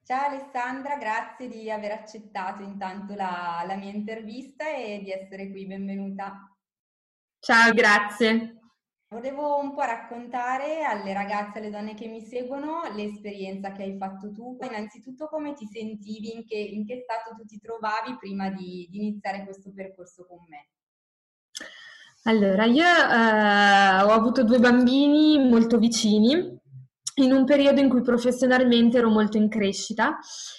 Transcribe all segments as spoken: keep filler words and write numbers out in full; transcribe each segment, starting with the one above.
Ciao Alessandra, grazie di aver accettato intanto la, la mia intervista e di essere qui, benvenuta. Ciao, grazie. Volevo un po' raccontare alle ragazze, alle donne che mi seguono, l'esperienza che hai fatto tu. Innanzitutto come ti sentivi, in che, in che stato tu ti trovavi prima di, di iniziare questo percorso con me. Allora, io eh, ho avuto due bambini molto vicini, in un periodo in cui professionalmente ero molto in crescita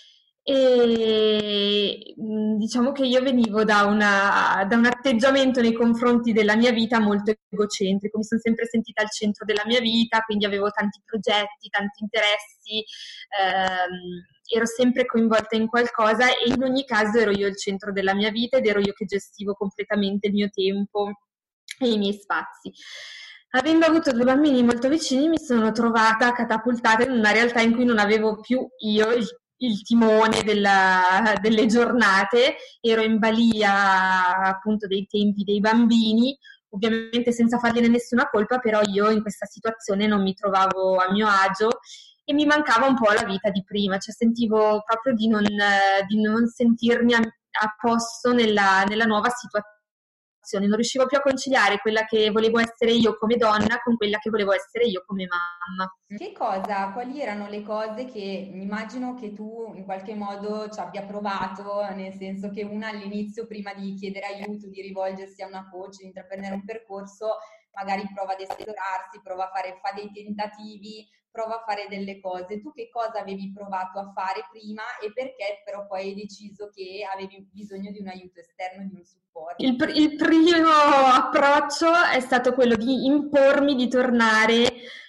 e mh, diciamo che io venivo da, una- da un atteggiamento nei confronti della mia vita molto egocentrico, mi sono sempre sentita al centro della mia vita, quindi avevo tanti progetti, tanti interessi, ehm, ero sempre coinvolta in qualcosa e in ogni caso ero io il centro della mia vita ed ero io che gestivo completamente il mio tempo e i miei spazi. Avendo avuto due bambini molto vicini, mi sono trovata catapultata in una realtà in cui non avevo più io il, il timone della, delle giornate, ero in balia appunto dei tempi dei bambini, ovviamente senza fargliene nessuna colpa, però io in questa situazione non mi trovavo a mio agio e mi mancava un po' la vita di prima, cioè sentivo proprio di non, di non sentirmi a, a posto nella, nella nuova situazione, non riuscivo più a conciliare quella che volevo essere io come donna con quella che volevo essere io come mamma. Che cosa, quali erano le cose che immagino che tu in qualche modo ci abbia provato, nel senso che una all'inizio, prima di chiedere aiuto, di rivolgersi a una coach, di intraprendere un percorso, magari prova ad esplorarsi, prova a fare, fa dei tentativi, prova a fare delle cose. Tu che cosa avevi provato a fare prima e perché però poi hai deciso che avevi bisogno di un aiuto esterno, di un supporto? Il, pr- il primo approccio è stato quello di impormi di tornare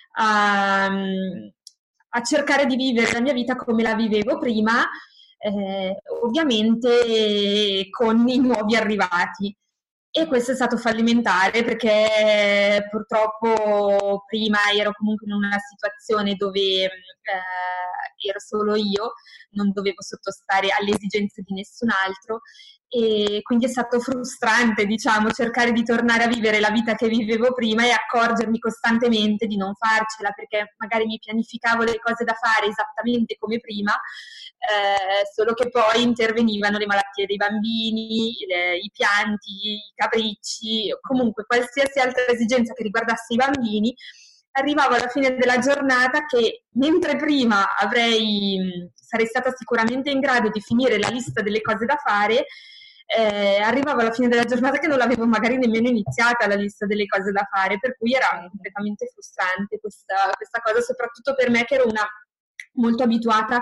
a, a cercare di vivere la mia vita come la vivevo prima, eh, ovviamente con i nuovi arrivati. E questo è stato fallimentare perché purtroppo prima ero comunque in una situazione dove eh, ero solo io, non dovevo sottostare alle esigenze di nessun altro e quindi è stato frustrante, diciamo, cercare di tornare a vivere la vita che vivevo prima e accorgermi costantemente di non farcela perché magari mi pianificavo le cose da fare esattamente come prima, eh, solo che poi intervenivano le malattie dei bambini, le, i pianti, i capricci, comunque qualsiasi altra esigenza che riguardasse i bambini. Arrivavo alla fine della giornata che mentre prima avrei, sarei stata sicuramente in grado di finire la lista delle cose da fare, eh, arrivavo alla fine della giornata che non l'avevo magari nemmeno iniziata la lista delle cose da fare, per cui era completamente frustrante questa, questa cosa, soprattutto per me che ero una molto abituata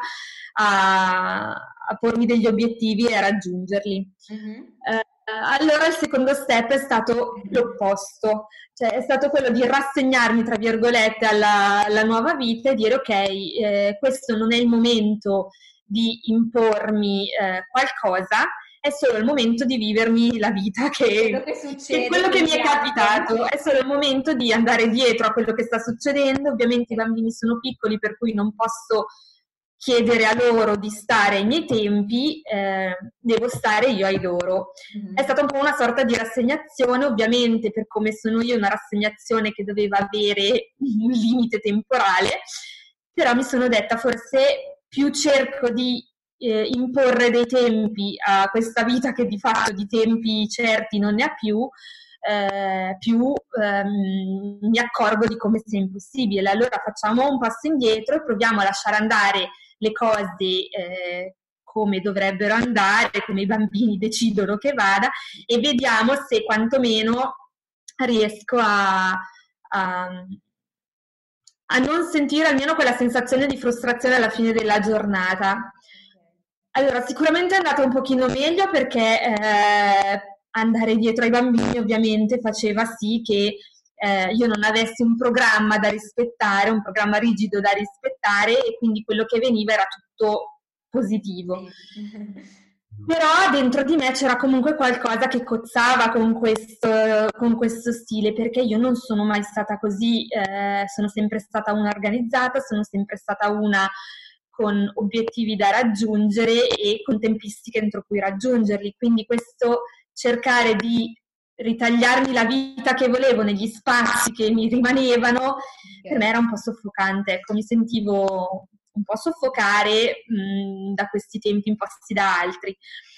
a, a pormi degli obiettivi e a raggiungerli. Mhm. Eh, allora il secondo step è stato l'opposto, cioè è stato quello di rassegnarmi, tra virgolette, alla, alla nuova vita e dire ok, eh, questo non è il momento di impormi eh, qualcosa, è solo il momento di vivermi la vita Quello che, che che succede, quello che che mi è piace. capitato, è solo il momento di andare dietro a quello che sta succedendo. Ovviamente i bambini sono piccoli, per cui non posso chiedere a loro di stare ai miei tempi, eh, devo stare io ai loro. È Mhm. stata un po' una sorta di rassegnazione, ovviamente per come sono io, una rassegnazione che doveva avere un limite temporale, però mi sono detta forse più cerco di eh, imporre dei tempi a questa vita che di fatto di tempi certi non ne ha più, eh, più ehm, mi accorgo di come sia impossibile. Allora facciamo un passo indietro e proviamo a lasciare andare le cose eh, come dovrebbero andare, come i bambini decidono che vada e vediamo se quantomeno riesco a, a, a non sentire almeno quella sensazione di frustrazione alla fine della giornata. Allora, sicuramente è andata un pochino meglio perché eh, andare dietro ai bambini ovviamente faceva sì che eh, io non avessi un programma da rispettare, un programma rigido da rispettare e quindi quello che veniva era tutto positivo. Sì. Però dentro di me c'era comunque qualcosa che cozzava con questo, con questo stile, perché io non sono mai stata così, eh, sono sempre stata una organizzata, sono sempre stata una con obiettivi da raggiungere e con tempistiche entro cui raggiungerli. Quindi questo cercare di ritagliarmi la vita che volevo negli spazi che mi rimanevano, per me Ok. era un po' soffocante, ecco, mi sentivo un po' soffocare mh, da questi tempi imposti da altri.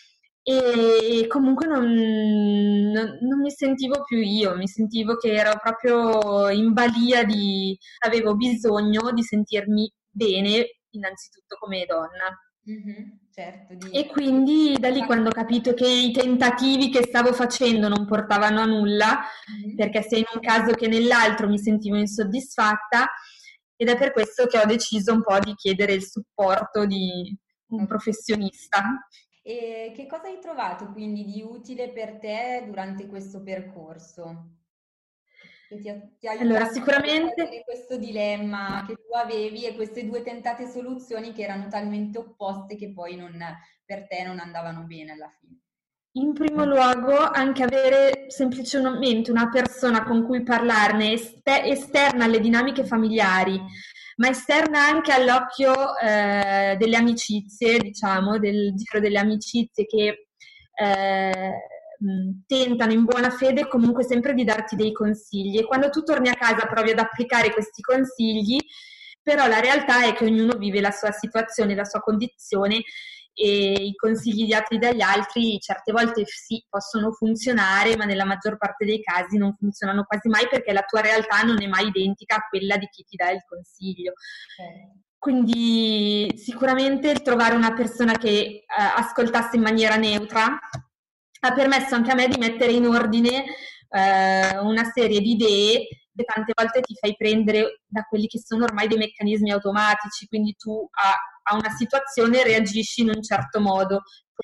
E comunque non, non, non mi sentivo più io, mi sentivo che ero proprio in balia di, avevo bisogno di sentirmi bene innanzitutto come donna. Mm-hmm, certo, E di... quindi da lì, quando ho capito che i tentativi che stavo facendo non portavano a nulla, Mm-hmm. perché sia in un caso che nell'altro mi sentivo insoddisfatta, ed è per questo che ho deciso un po' di chiedere il supporto di un Ok. professionista. E che cosa hai trovato quindi di utile per te durante questo percorso? Che ti ha, ti ha Allora, aiutato a sicuramente risolvere questo dilemma che tu avevi e queste due tentate soluzioni che erano talmente opposte che poi non, per te non andavano bene alla fine. in primo luogo anche avere semplicemente una persona con cui parlarne este- esterna alle dinamiche familiari, ma esterna anche all'occhio eh, delle amicizie, diciamo, del giro delle amicizie che eh, mh, tentano in buona fede comunque sempre di darti dei consigli, e quando tu torni a casa provi ad applicare questi consigli, però la realtà è che ognuno vive la sua situazione, la sua condizione, e i consigli dati dagli altri certe volte sì, possono funzionare, ma nella maggior parte dei casi non funzionano quasi mai, perché la tua realtà non è mai identica a quella di chi ti dà il consiglio. Certo. Quindi sicuramente il trovare una persona che eh, ascoltasse in maniera neutra ha permesso anche a me di mettere in ordine eh, una serie di idee che tante volte ti fai prendere da quelli che sono ormai dei meccanismi automatici, quindi tu a, a una situazione reagisci in un certo modo.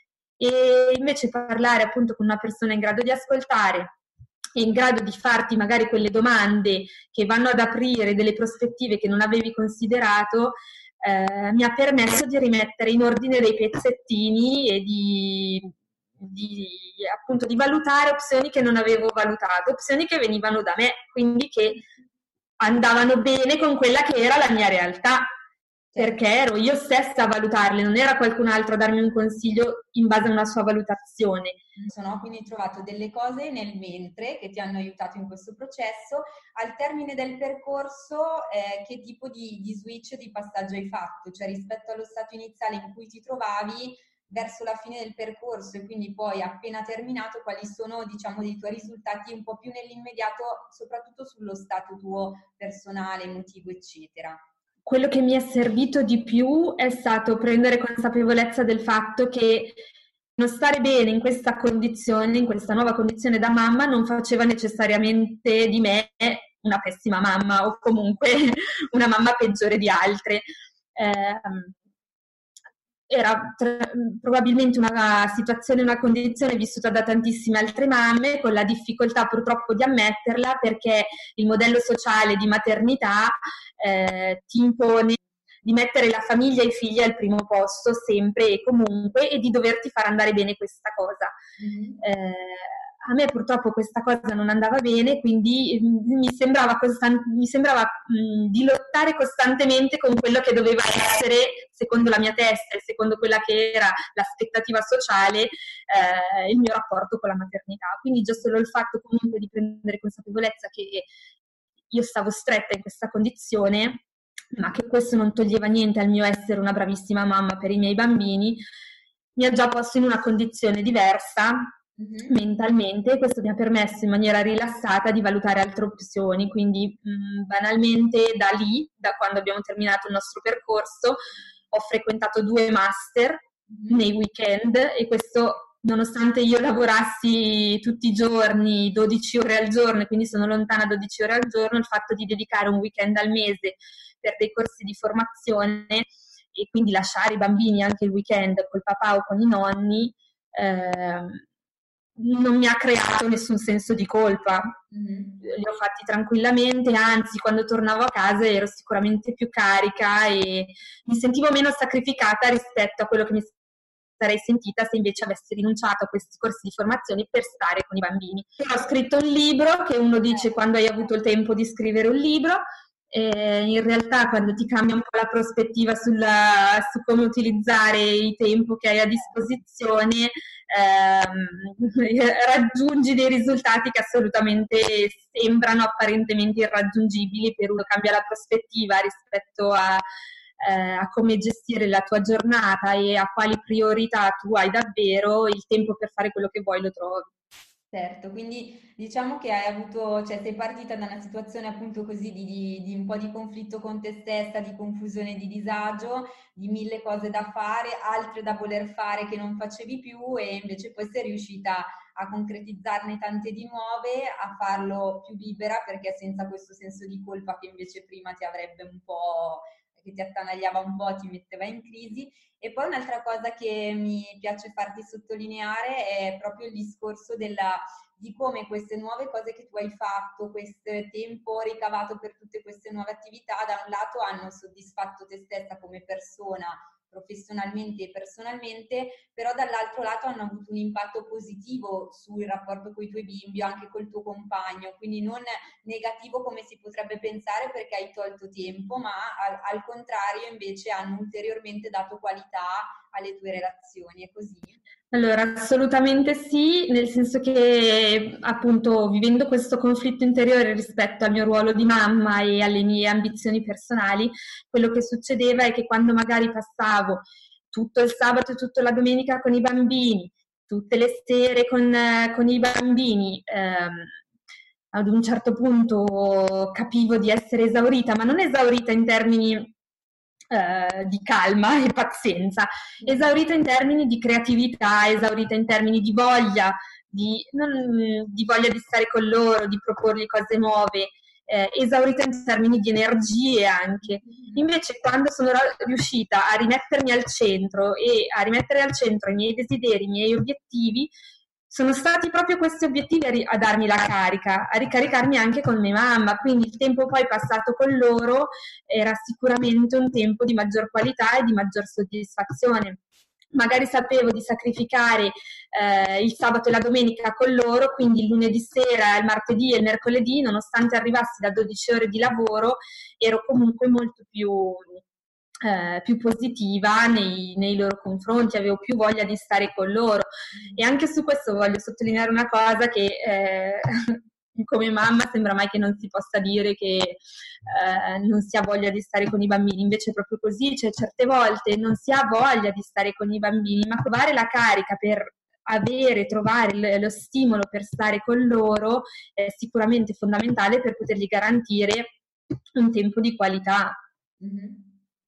E invece parlare appunto con una persona in grado di ascoltare e in grado di farti magari quelle domande che vanno ad aprire delle prospettive che non avevi considerato, eh, mi ha permesso di rimettere in ordine dei pezzettini e di, di, appunto, di valutare opzioni che non avevo valutato, opzioni che venivano da me, quindi che andavano bene con quella che era la mia realtà, Certo. perché ero io stessa a valutarle, non era qualcun altro a darmi un consiglio in base a una sua valutazione. No? Quindi hai trovato delle cose nel mentre che ti hanno aiutato in questo processo. Al termine del percorso, eh, che tipo di, di switch, di passaggio hai fatto? Cioè rispetto allo stato iniziale in cui ti trovavi verso la fine del percorso, e quindi poi appena terminato, quali sono, diciamo, dei tuoi risultati un po' più nell'immediato, soprattutto sullo stato tuo personale, emotivo, eccetera? Quello che mi è servito di più è stato prendere consapevolezza del fatto che non stare bene in questa condizione, in questa nuova condizione da mamma, non faceva necessariamente di me una pessima mamma o comunque una mamma peggiore di altre. Eh, era tra- probabilmente una situazione, una condizione vissuta da tantissime altre mamme, con la difficoltà purtroppo di ammetterla, perché il modello sociale di maternità eh, ti impone di mettere la famiglia e i figli al primo posto sempre e comunque, e di doverti far andare bene questa cosa. Mm-hmm. Eh, a me purtroppo questa cosa non andava bene, quindi mi sembrava, costan- mi sembrava mh, di lottare costantemente con quello che doveva essere, secondo la mia testa e secondo quella che era l'aspettativa sociale, eh, il mio rapporto con la maternità. Quindi già solo il fatto comunque di prendere consapevolezza che io stavo stretta in questa condizione, ma che questo non toglieva niente al mio essere una bravissima mamma per i miei bambini, mi ha già posto in una condizione diversa Mm-hmm. mentalmente. Questo mi ha permesso in maniera rilassata di valutare altre opzioni, quindi mh, banalmente da lì, da quando abbiamo terminato il nostro percorso, ho frequentato due master Mm-hmm. nei weekend, e questo nonostante io lavorassi tutti i giorni, dodici ore al giorno, e quindi sono lontana dodici ore al giorno, il fatto di dedicare un weekend al mese per dei corsi di formazione e quindi lasciare i bambini anche il weekend col papà o con i nonni, eh, non mi ha creato nessun senso di colpa. Mm-hmm. Li ho fatti tranquillamente, anzi quando tornavo a casa ero sicuramente più carica e mi sentivo meno sacrificata rispetto a quello che mi sarei sentita se invece avessi rinunciato a questi corsi di formazione per stare con i bambini. Ho scritto un libro, che uno dice quando hai avuto il tempo di scrivere un libro, e in realtà quando ti cambia un po' la prospettiva sulla, su come utilizzare il tempo che hai a disposizione, ehm, raggiungi dei risultati che assolutamente sembrano apparentemente irraggiungibili, per uno cambia la prospettiva rispetto a eh, a come gestire la tua giornata e a quali priorità tu hai davvero, il tempo per fare quello che vuoi lo trovi. Certo, quindi diciamo che hai avuto, cioè sei partita da una situazione appunto così di, di- di un po' di conflitto con te stessa, di confusione, di disagio, di mille cose da fare, altre da voler fare che non facevi più e invece poi sei riuscita a concretizzarne tante di nuove, a farlo più libera perché senza questo senso di colpa che invece prima ti avrebbe un po', che ti attanagliava un po', ti metteva in crisi. E poi un'altra cosa che mi piace farti sottolineare è proprio il discorso della, di come queste nuove cose che tu hai fatto, questo tempo ricavato per tutte queste nuove attività, da un lato hanno soddisfatto te stessa come persona, professionalmente e personalmente, però dall'altro lato hanno avuto un impatto positivo sul rapporto con i tuoi bimbi o anche col tuo compagno, quindi non negativo come si potrebbe pensare perché hai tolto tempo, ma al, al contrario invece hanno ulteriormente dato qualità alle tue relazioni, è così? Allora, assolutamente sì, nel senso che appunto vivendo questo conflitto interiore rispetto al mio ruolo di mamma e alle mie ambizioni personali, quello che succedeva è che quando magari passavo tutto il sabato e tutta la domenica con i bambini, tutte le sere con, eh, con i bambini, ehm, ad un certo punto capivo di essere esaurita, ma non esaurita in termini eh, di calma e pazienza, esaurita in termini di creatività, esaurita in termini di voglia, di, non, di voglia di stare con loro, di proporgli cose nuove, eh, esaurita in termini di energie anche. Invece quando sono riuscita a rimettermi al centro e a rimettere al centro i miei desideri, i miei obiettivi, sono stati proprio questi obiettivi a, ri- a darmi la carica, a ricaricarmi anche con mia mamma, quindi il tempo poi passato con loro era sicuramente un tempo di maggior qualità e di maggior soddisfazione. Magari sapevo di sacrificare eh, il sabato e la domenica con loro, quindi il lunedì sera, il martedì e il mercoledì, nonostante arrivassi da dodici ore di lavoro, ero comunque molto più, eh, più positiva nei, nei loro confronti, avevo più voglia di stare con loro. E anche su questo voglio sottolineare una cosa che eh, come mamma sembra mai che non si possa dire che eh, non si ha voglia di stare con i bambini, invece è proprio così, cioè certe volte non si ha voglia di stare con i bambini, ma trovare la carica per avere, trovare il, lo stimolo per stare con loro è sicuramente fondamentale per potergli garantire un tempo di qualità. Mm-hmm.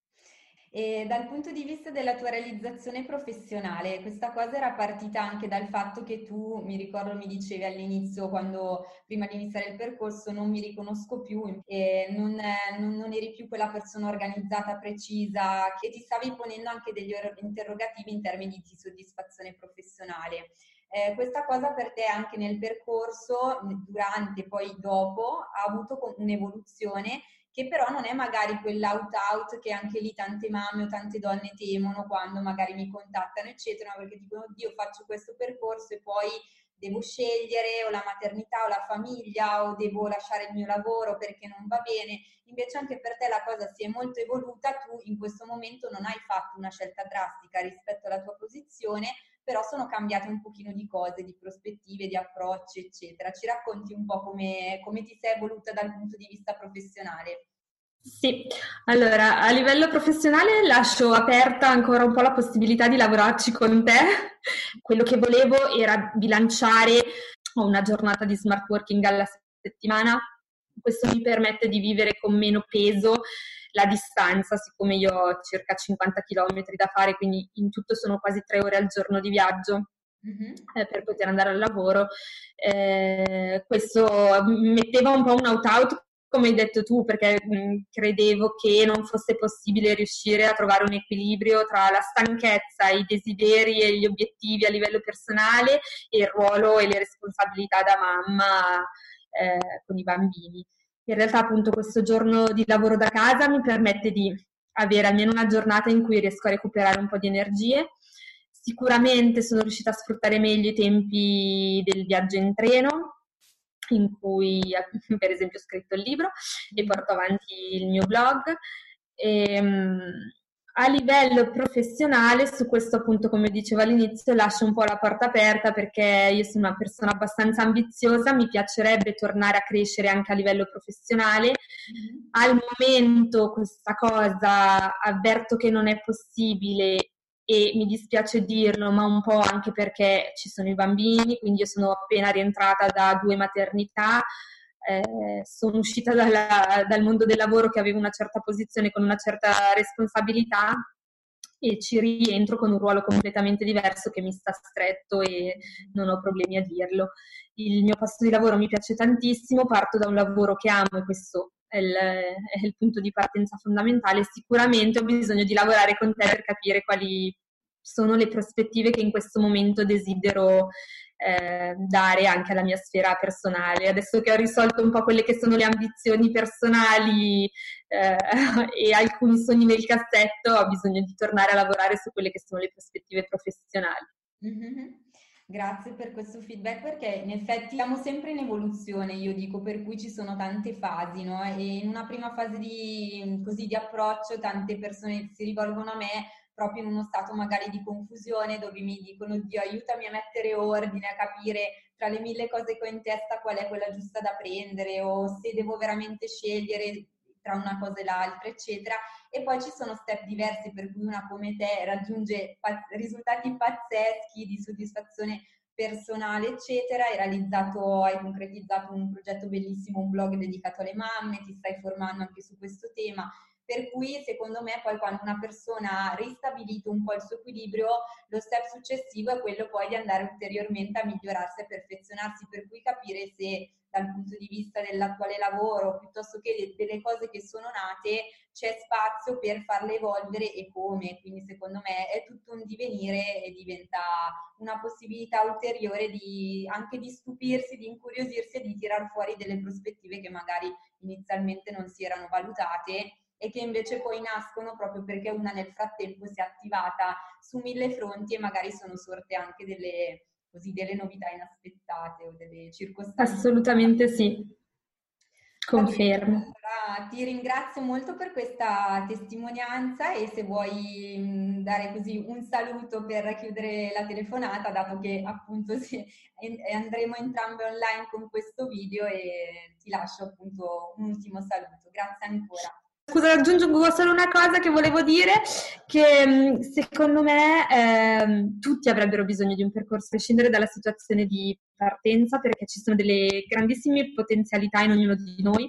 E dal punto di vista della tua realizzazione professionale, questa cosa era partita anche dal fatto che tu, mi ricordo, mi dicevi all'inizio, quando prima di iniziare il percorso, non mi riconosco più e non, non, non eri più quella persona organizzata, precisa, che ti stavi ponendo anche degli interrogativi in termini di soddisfazione professionale. Eh, questa cosa per te anche nel percorso, durante e poi dopo, ha avuto un'evoluzione che però non è magari quell'out-out che anche lì tante mamme o tante donne temono quando magari mi contattano, eccetera, perché dicono, oddio, faccio questo percorso e poi devo scegliere o la maternità o la famiglia o devo lasciare il mio lavoro perché non va bene. Invece anche per te la cosa si è molto evoluta, tu in questo momento non hai fatto una scelta drastica rispetto alla tua posizione, però sono cambiate un pochino di cose, di prospettive, di approcci, eccetera. Ci racconti un po' come, come ti sei evoluta dal punto di vista professionale? Sì, allora a livello professionale lascio aperta ancora un po' la possibilità di lavorarci con te. Quello che volevo era bilanciare una giornata di smart working alla settimana. Questo mi permette di vivere con meno peso la distanza, siccome io ho circa cinquanta chilometri da fare, quindi in tutto sono quasi tre ore al giorno di viaggio. Mm-hmm. eh, per poter andare al lavoro. Eh, questo metteva un po' un out-out, come hai detto tu, perché mh, credevo che non fosse possibile riuscire a trovare un equilibrio tra la stanchezza, i desideri e gli obiettivi a livello personale e il ruolo e le responsabilità da mamma eh, con i bambini. In realtà appunto questo giorno di lavoro da casa mi permette di avere almeno una giornata in cui riesco a recuperare un po' di energie. Sicuramente sono riuscita a sfruttare meglio i tempi del viaggio in treno, in cui per esempio ho scritto il libro e porto avanti il mio blog. E, A livello professionale, su questo appunto, come dicevo all'inizio, lascio un po' la porta aperta perché io sono una persona abbastanza ambiziosa, mi piacerebbe tornare a crescere anche a livello professionale. Mm-hmm. Al momento questa cosa avverto che non è possibile e mi dispiace dirlo, ma un po' anche perché ci sono i bambini, quindi io sono appena rientrata da due maternità. Eh, sono uscita dalla, dal mondo del lavoro che aveva una certa posizione con una certa responsabilità e ci rientro con un ruolo completamente diverso che mi sta stretto e non ho problemi a dirlo. Il mio posto di lavoro mi piace tantissimo, parto da un lavoro che amo e questo è il, è il punto di partenza fondamentale. Sicuramente ho bisogno di lavorare con te per capire quali sono le prospettive che in questo momento desidero eh, dare anche alla mia sfera personale. Adesso che ho risolto un po' quelle che sono le ambizioni personali eh, e alcuni sogni nel cassetto, ho bisogno di tornare a lavorare su quelle che sono le prospettive professionali. Mm-hmm. Grazie per questo feedback perché in effetti siamo sempre in evoluzione, io dico, per cui ci sono tante fasi, no? E in una prima fase di, così, di approccio tante persone si rivolgono a me proprio in uno stato magari di confusione dove mi dicono Dio aiutami a mettere ordine, a capire tra le mille cose che ho in testa qual è quella giusta da prendere o se devo veramente scegliere tra una cosa e l'altra, eccetera. E poi ci sono step diversi per cui una come te raggiunge pazz- risultati pazzeschi di soddisfazione personale, eccetera. Hai realizzato, hai concretizzato un progetto bellissimo, un blog dedicato alle mamme, ti stai formando anche su questo tema. Per cui secondo me poi quando una persona ha ristabilito un po' il suo equilibrio, lo step successivo è quello poi di andare ulteriormente a migliorarsi e perfezionarsi, per cui capire se dal punto di vista dell'attuale lavoro piuttosto che delle cose che sono nate c'è spazio per farle evolvere e come. Quindi secondo me è tutto un divenire e diventa una possibilità ulteriore di anche di stupirsi, di incuriosirsi e di tirar fuori delle prospettive che magari inizialmente non si erano valutate e che invece poi nascono proprio perché una nel frattempo si è attivata su mille fronti e magari sono sorte anche delle, così, delle novità inaspettate o delle circostanze. Assolutamente sì, Va bene, confermo. allora ti ringrazio molto per questa testimonianza e se vuoi mh, dare così un saluto per chiudere la telefonata, dato che appunto si, e andremo entrambe online con questo video e ti lascio appunto un ultimo saluto. Grazie ancora. Scusa, aggiungo solo una cosa che volevo dire, che mh, secondo me ehm, tutti avrebbero bisogno di un percorso, a prescindere dalla situazione di partenza, perché ci sono delle grandissime potenzialità in ognuno di noi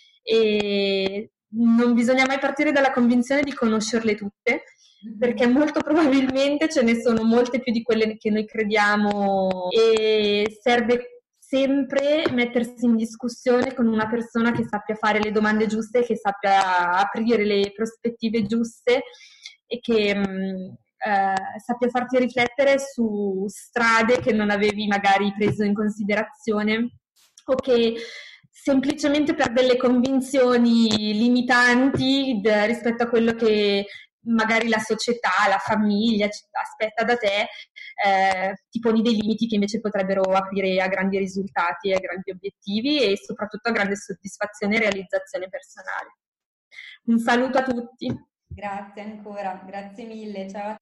e non bisogna mai partire dalla convinzione di conoscerle tutte, perché molto probabilmente ce ne sono molte più di quelle che noi crediamo e serve sempre mettersi in discussione con una persona che sappia fare le domande giuste, che sappia aprire le prospettive giuste e che mh, eh, sappia farti riflettere su strade che non avevi magari preso in considerazione o che semplicemente per delle convinzioni limitanti d- rispetto a quello che magari la società, la famiglia aspetta da te, eh, ti poni dei limiti che invece potrebbero aprire a grandi risultati e a grandi obiettivi e soprattutto a grande soddisfazione e realizzazione personale. Un saluto a tutti. Grazie ancora, grazie mille, ciao a